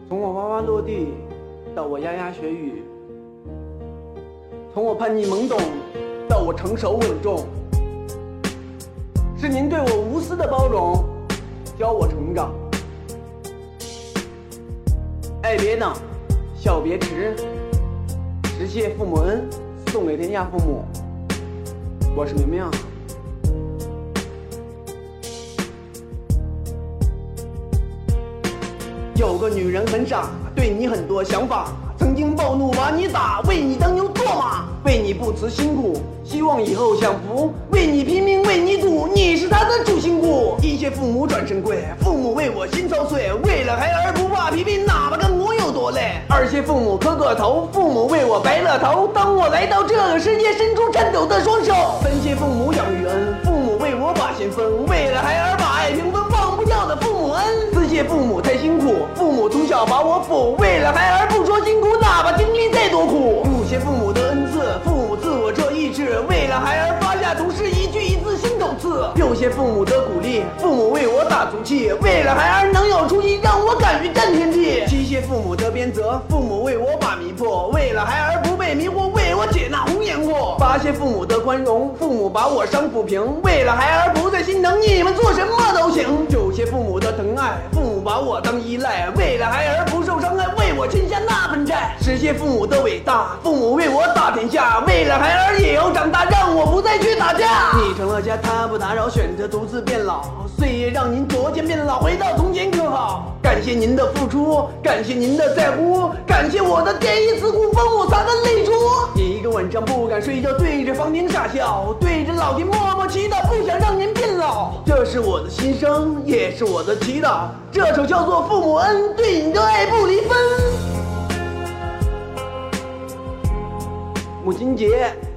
从我哇哇落地到我牙牙学语，从我叛逆懵懂到我成熟稳重，是您对我无私的包容，教我成长。爱别等，笑别迟，实谢父母恩，送给天下父母。我是明明。有个女人很傻，对你很多想法，曾经暴怒把你打，为你当牛做马，为你不辞辛苦，希望以后享福，为你拼命为你赌，你是她的主心骨。一谢父母转身归，父母为我心操碎，为了孩儿不怕疲惫，哪怕跟我有多累。二谢父母磕个头，父母为我白了头，当我来到这个世界，伸出颤抖的双手。三谢父母养育恩，父母为我把心分，为了孩儿把爱平分，忘不掉的父母恩。四谢父母太辛苦，父母从小把我抚，为了孩儿不说辛苦，哪怕经历再多苦。五谢父母的恩赐，父母赐我这意志，为了孩儿发下毒誓，一句一字心头刺。六谢父母的鼓励，父母为我打足气，为了孩儿能有出息，让我敢于战天地。七谢父母的鞭责，父母为我把迷破，为了孩儿不被迷惑，为我解那红颜祸。八谢父母的宽容，父母把我伤抚平，为了孩儿不再心疼，你们做什么都行。九谢父母的疼爱，父母把我当依赖，为了孩儿不受伤害，为我欠下那份债。十谢父母的伟大，父母为我打天下，为了孩儿也要长大，让我不再去打架。你成了家，他不打扰，选择独自变老，岁月让您昨天变老，回到从前可好？感谢您的付出，感谢您的在乎，感谢我的天衣慈父，帮我擦干泪珠。一个晚上不敢睡觉，对着房顶傻笑，对着老天默默祈祷，不想让您变老。这是我的心声，也是我的祈祷。这首叫做《父母恩》，对你的爱不离分。母亲节。